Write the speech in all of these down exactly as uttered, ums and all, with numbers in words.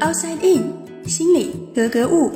Outside In， 心里格格物。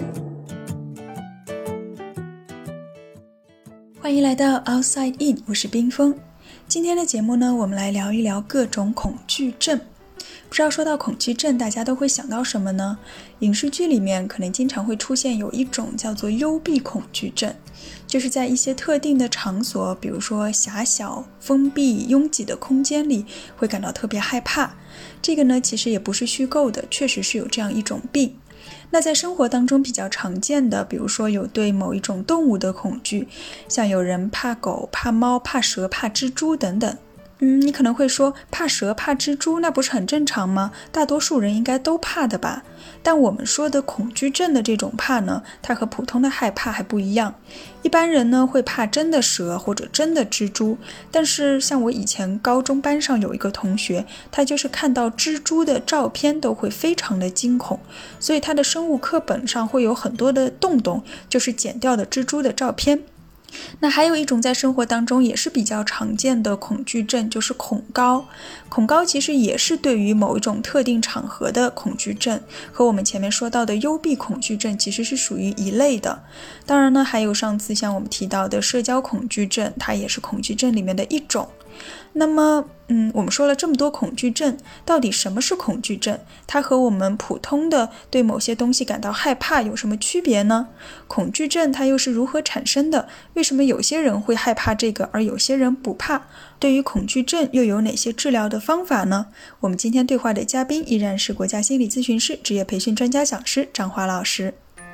欢迎来到 Outside In， 我是冰峰。今天的节目呢，我们来聊一聊各种恐惧症。不知道说到恐惧症，大家都会想到什么呢？影视剧里面可能经常会出现有一种叫做幽闭恐惧症，就是在一些特定的场所，比如说狭小、封闭、拥挤的空间里，会感到特别害怕。这个呢，其实也不是虚构的，确实是有这样一种病。那在生活当中比较常见的，比如说有对某一种动物的恐惧，像有人怕狗、怕猫、怕蛇、怕蜘蛛等等。嗯，你可能会说，怕蛇、怕蜘蛛，那不是很正常吗？大多数人应该都怕的吧？但我们说的恐惧症的这种怕呢，它和普通的害怕还不一样。一般人呢会怕真的蛇或者真的蜘蛛，但是像我以前高中班上有一个同学，他就是看到蜘蛛的照片都会非常的惊恐，所以他的生物课本上会有很多的洞洞，就是剪掉的蜘蛛的照片。那还有一种在生活当中也是比较常见的恐惧症，就是恐高。恐高其实也是对于某一种特定场合的恐惧症，和我们前面说到的幽闭恐惧症其实是属于一类的。当然呢，还有上次像我们提到的社交恐惧症，它也是恐惧症里面的一种。那么嗯，我们说了这么多恐惧症，到底什么是恐惧症？它和我们普通的对某些东西感到害怕有什么区别呢？恐惧症它又是如何产生的？为什么有些人会害怕这个，而有些人不怕？对于恐惧症又有哪些治疗的方法呢？我们今天对话的嘉宾依然是国家心理咨询师、职业培训专家讲师张华老师。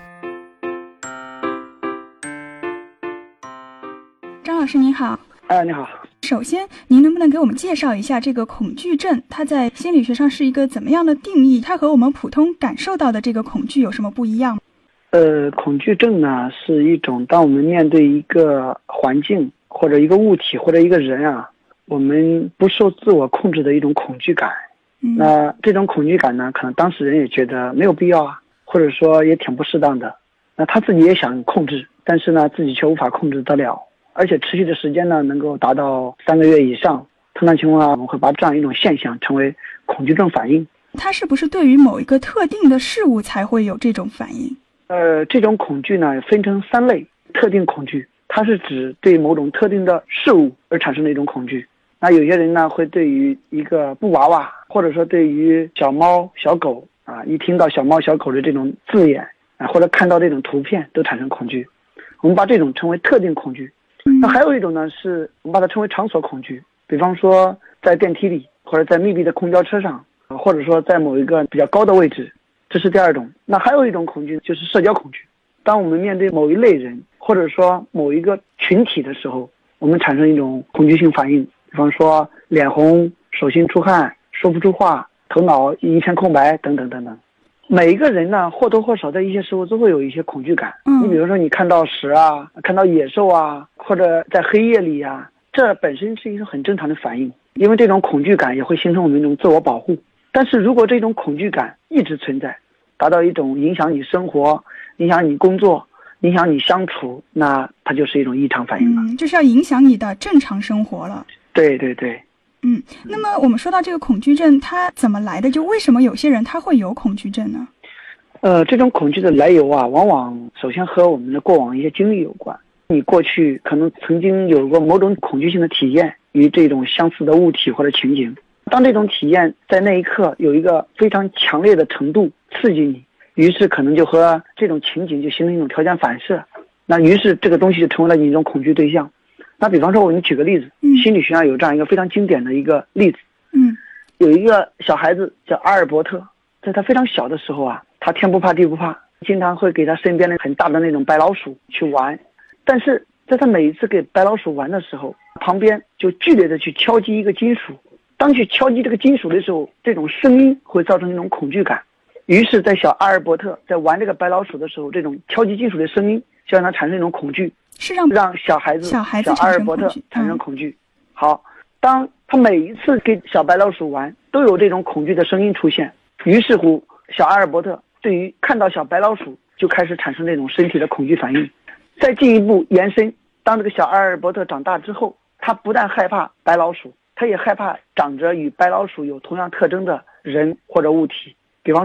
张老师您好。 哎，你好。 首先，您能不能给我们介绍一下这个恐惧症，它在心理学上是一个怎么样的定义？它和我们普通感受到的这个恐惧有什么不一样？ 呃，恐惧症呢是一种当我们面对一个环境或者一个物体或者一个人啊，我们不受自我控制的一种恐惧感。嗯、那这种恐惧感呢，可能当事人也觉得没有必要啊，或者说也挺不适当的。那他自己也想控制，但是呢，自己却无法控制得了。而且持续的时间呢，能够达到三个月以上。通常情况下，我们会把这样一种现象称为恐惧症反应。 它是不是对于某一个特定的事物才会有这种反应？ 呃，这种恐惧呢，分成三类。特定恐惧，它是指对某种特定的事物而产生的一种恐惧。那有些人呢，会对于一个布娃娃，或者说对于小猫、小狗啊，一听到小猫、小狗的这种字眼啊，或者看到这种图片，都产生恐惧。我们把这种称为特定恐惧。那还有一种呢，是我们把它称为场所恐惧，比方说在电梯里，或者在密闭的公交车上，或者说在某一个比较高的位置，这是第二种。那还有一种恐惧就是社交恐惧，当我们面对某一类人，或者说某一个群体的时候，我们产生一种恐惧性反应，比方说脸红、手心出汗、说不出话、头脑一片空白等等等等。每一个人呢，或多或少在一些时候都会有一些恐惧感。嗯，你比如说你看到蛇啊，看到野兽啊，或者在黑夜里啊，这本身是一种很正常的反应，因为这种恐惧感也会形成我们一种自我保护。但是如果这种恐惧感一直存在，达到一种影响你生活、影响你工作、影响你相处，那它就是一种异常反应了。 嗯，就是要影响你的正常生活了。 对对对。 嗯，那么我们说到这个恐惧症，它怎么来的？就为什么有些人他会有恐惧症呢？ 呃，这种恐惧的来由啊，往往首先和我们的过往一些经历有关。你过去可能曾经有过某种恐惧性的体验与这种相似的物体或者情景，当这种体验在那一刻有一个非常强烈的程度刺激你，于是可能就和这种情景就形成一种条件反射，那于是这个东西就成为了你一种恐惧对象。那比方说我给你举个例子，嗯，心理学上有这样一个非常经典的一个例子。嗯，有一个小孩子叫阿尔伯特，在他非常小的时候啊，他天不怕地不怕，经常会给他身边的很大的那种白老鼠去玩。但是在他每一次给白老鼠玩的时候，旁边就剧烈的去敲击一个金属。当去敲击这个金属的时候，这种声音会造成一种恐惧感。于是在小阿尔伯特在玩这个白老鼠的时候，这种敲击金属的声音就让他产生一种恐惧， 是让让小孩子小孩子小阿尔伯特产生恐惧。嗯、好，当他每一次给小白老鼠玩，都有这种恐惧的声音出现，于是乎小阿尔伯特对于看到小白老鼠就开始产生这种身体的恐惧反应。再进一步延伸，当这个小阿尔伯特长大之后，他不但害怕白老鼠，他也害怕长着与白老鼠有同样特征的人或者物体。比方说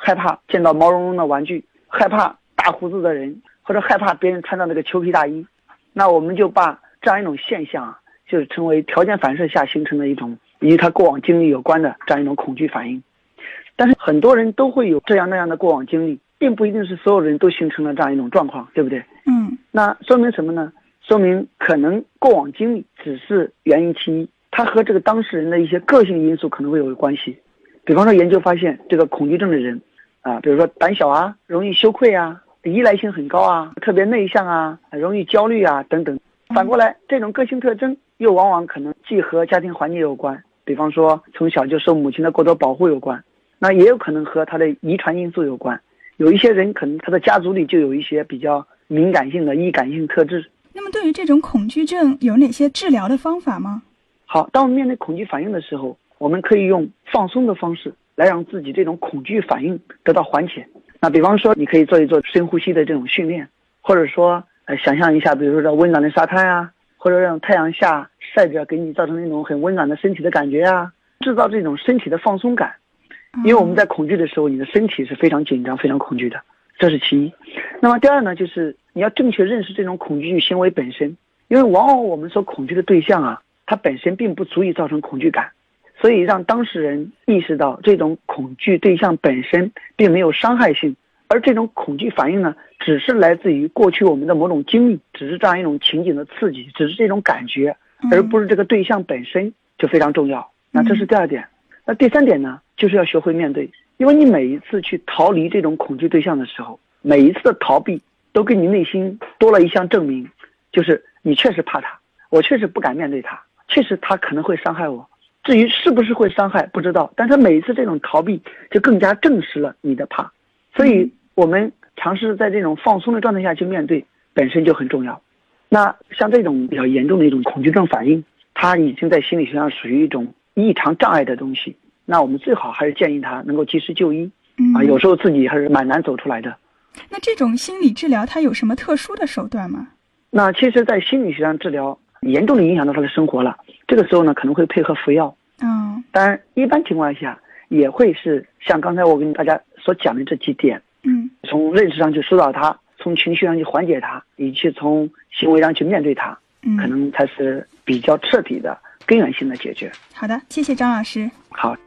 害怕见到毛茸茸的玩具，害怕大胡子的人，或者害怕别人穿到那个裘皮大衣。那我们就把这样一种现象啊，就是称为条件反射下形成的一种与他过往经历有关的这样一种恐惧反应。但是很多人都会有这样那样的过往经历，并不一定是所有人都形成了这样一种状况，对不对？ 嗯， 那说明什么呢？说明可能过往经历只是原因其一，它和这个当事人的一些个性因素可能会有关系。比方说研究发现，这个恐惧症的人啊，比如说胆小啊，容易羞愧啊，依赖性很高啊，特别内向啊，容易焦虑啊等等。反过来，这种个性特征又往往可能既和家庭环境有关，比方说从小就受母亲的过多保护有关，那也有可能和他的遗传因素有关。有一些人可能他的家族里就有一些比较敏感性的易感性特质。 那么对于这种恐惧症有哪些治疗的方法吗？ 好，当我们面对恐惧反应的时候，我们可以用放松的方式来让自己这种恐惧反应得到缓解。那比方说你可以做一做深呼吸的这种训练，或者说呃想象一下，比如说这温暖的沙滩啊，或者让太阳下晒着给你造成那种很温暖的身体的感觉啊，制造这种身体的放松感。因为我们在恐惧的时候，你的身体是非常紧张非常恐惧的，这是其一。那么第二呢，就是你要正确认识这种恐惧行为本身，因为往往我们所恐惧的对象啊，它本身并不足以造成恐惧感，所以让当事人意识到这种恐惧对象本身并没有伤害性，而这种恐惧反应呢，只是来自于过去我们的某种经历，只是这样一种情景的刺激，只是这种感觉，而不是这个对象本身，就非常重要。那这是第二点。那第三点呢，就是要学会面对，因为你每一次去逃离这种恐惧对象的时候，每一次的逃避都给你内心多了一项证明，就是你确实怕他，我确实不敢面对他，确实他可能会伤害我。至于是不是会伤害不知道，但是每一次这种逃避就更加证实了你的怕。所以我们尝试在这种放松的状态下去面对，本身就很重要。那像这种比较严重的一种恐惧症反应，它已经在心理学上属于一种异常障碍的东西，那我们最好还是建议他能够及时就医啊，有时候自己还是蛮难走出来的。 那这种心理治疗它有什么特殊的手段吗？ 那其实在心理学上治疗严重的影响到他的生活了，这个时候呢可能会配合服药。 嗯， 当然一般情况下也会是像刚才我跟大家所讲的这几点， 嗯， 从认识上去疏导他，从情绪上去缓解他，以及从行为上去面对他， 嗯， 可能才是比较彻底的根源性的解决。 好的，谢谢张老师。 好。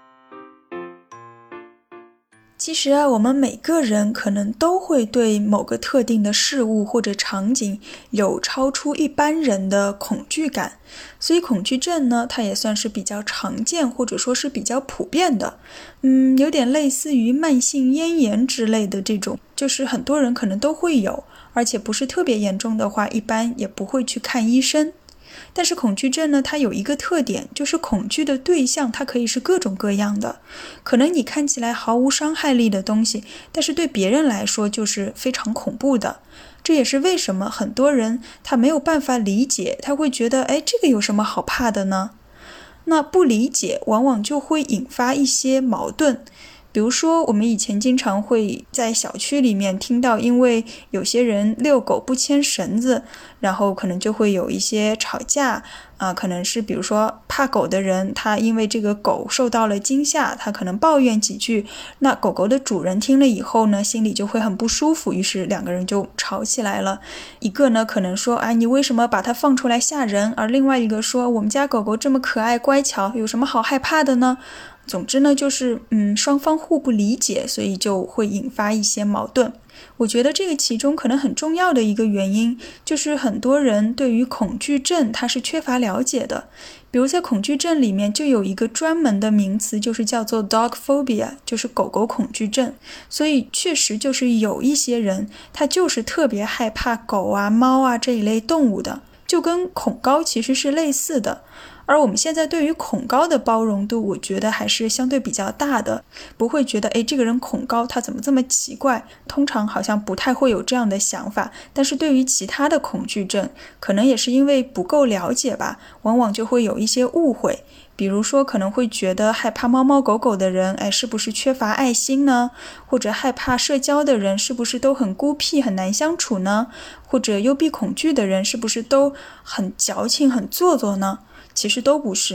其实啊，我们每个人可能都会对某个特定的事物或者场景有超出一般人的恐惧感，所以恐惧症呢，它也算是比较常见或者说是比较普遍的。嗯，有点类似于慢性咽炎之类的这种，就是很多人可能都会有，而且不是特别严重的话，一般也不会去看医生。但是恐惧症呢，它有一个特点，就是恐惧的对象它可以是各种各样的，可能你看起来毫无伤害力的东西，但是对别人来说就是非常恐怖的。这也是为什么很多人他没有办法理解，他会觉得，哎，这个有什么好怕的呢？那不理解往往就会引发一些矛盾。比如说我们以前经常会在小区里面听到，因为有些人遛狗不牵绳子，然后可能就会有一些吵架啊，可能是比如说怕狗的人，他因为这个狗受到了惊吓，他可能抱怨几句，那狗狗的主人听了以后呢，心里就会很不舒服，于是两个人就吵起来了。一个呢可能说，哎，你为什么把它放出来吓人？而另外一个说，我们家狗狗这么可爱乖巧，有什么好害怕的呢？总之呢，就是嗯，双方互不理解，所以就会引发一些矛盾。我觉得这个其中可能很重要的一个原因，就是很多人对于恐惧症它是缺乏了解的。比如在恐惧症里面就有一个专门的名词，就是叫做 dog phobia， 就是狗狗恐惧症。所以确实就是有一些人他就是特别害怕狗啊猫啊这一类动物的，就跟恐高其实是类似的。而我们现在对于恐高的包容度，我觉得还是相对比较大的，不会觉得诶这个人恐高他怎么这么奇怪，通常好像不太会有这样的想法。但是对于其他的恐惧症，可能也是因为不够了解吧，往往就会有一些误会。比如说可能会觉得害怕猫猫狗狗的人，哎，是不是缺乏爱心呢？或者害怕社交的人是不是都很孤僻很难相处呢？或者幽闭恐惧的人是不是都很矫情很做作呢？其实都不是，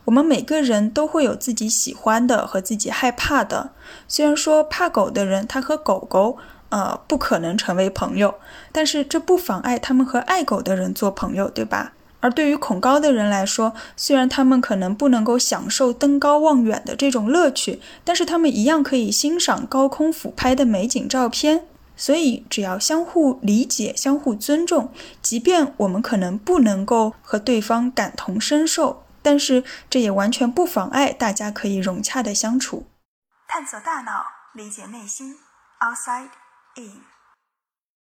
我们每个人都会有自己喜欢的和自己害怕的。虽然说怕狗的人他和狗狗呃不可能成为朋友，但是这不妨碍他们和爱狗的人做朋友，对吧？而对于恐高的人来说，虽然他们可能不能够享受登高望远的这种乐趣，但是他们一样可以欣赏高空俯拍的美景照片。所以只要相互理解，相互尊重，即便我们可能不能够和对方感同身受，但是这也完全不妨碍大家可以融洽的相处。探索大脑，理解内心 ，Outside In。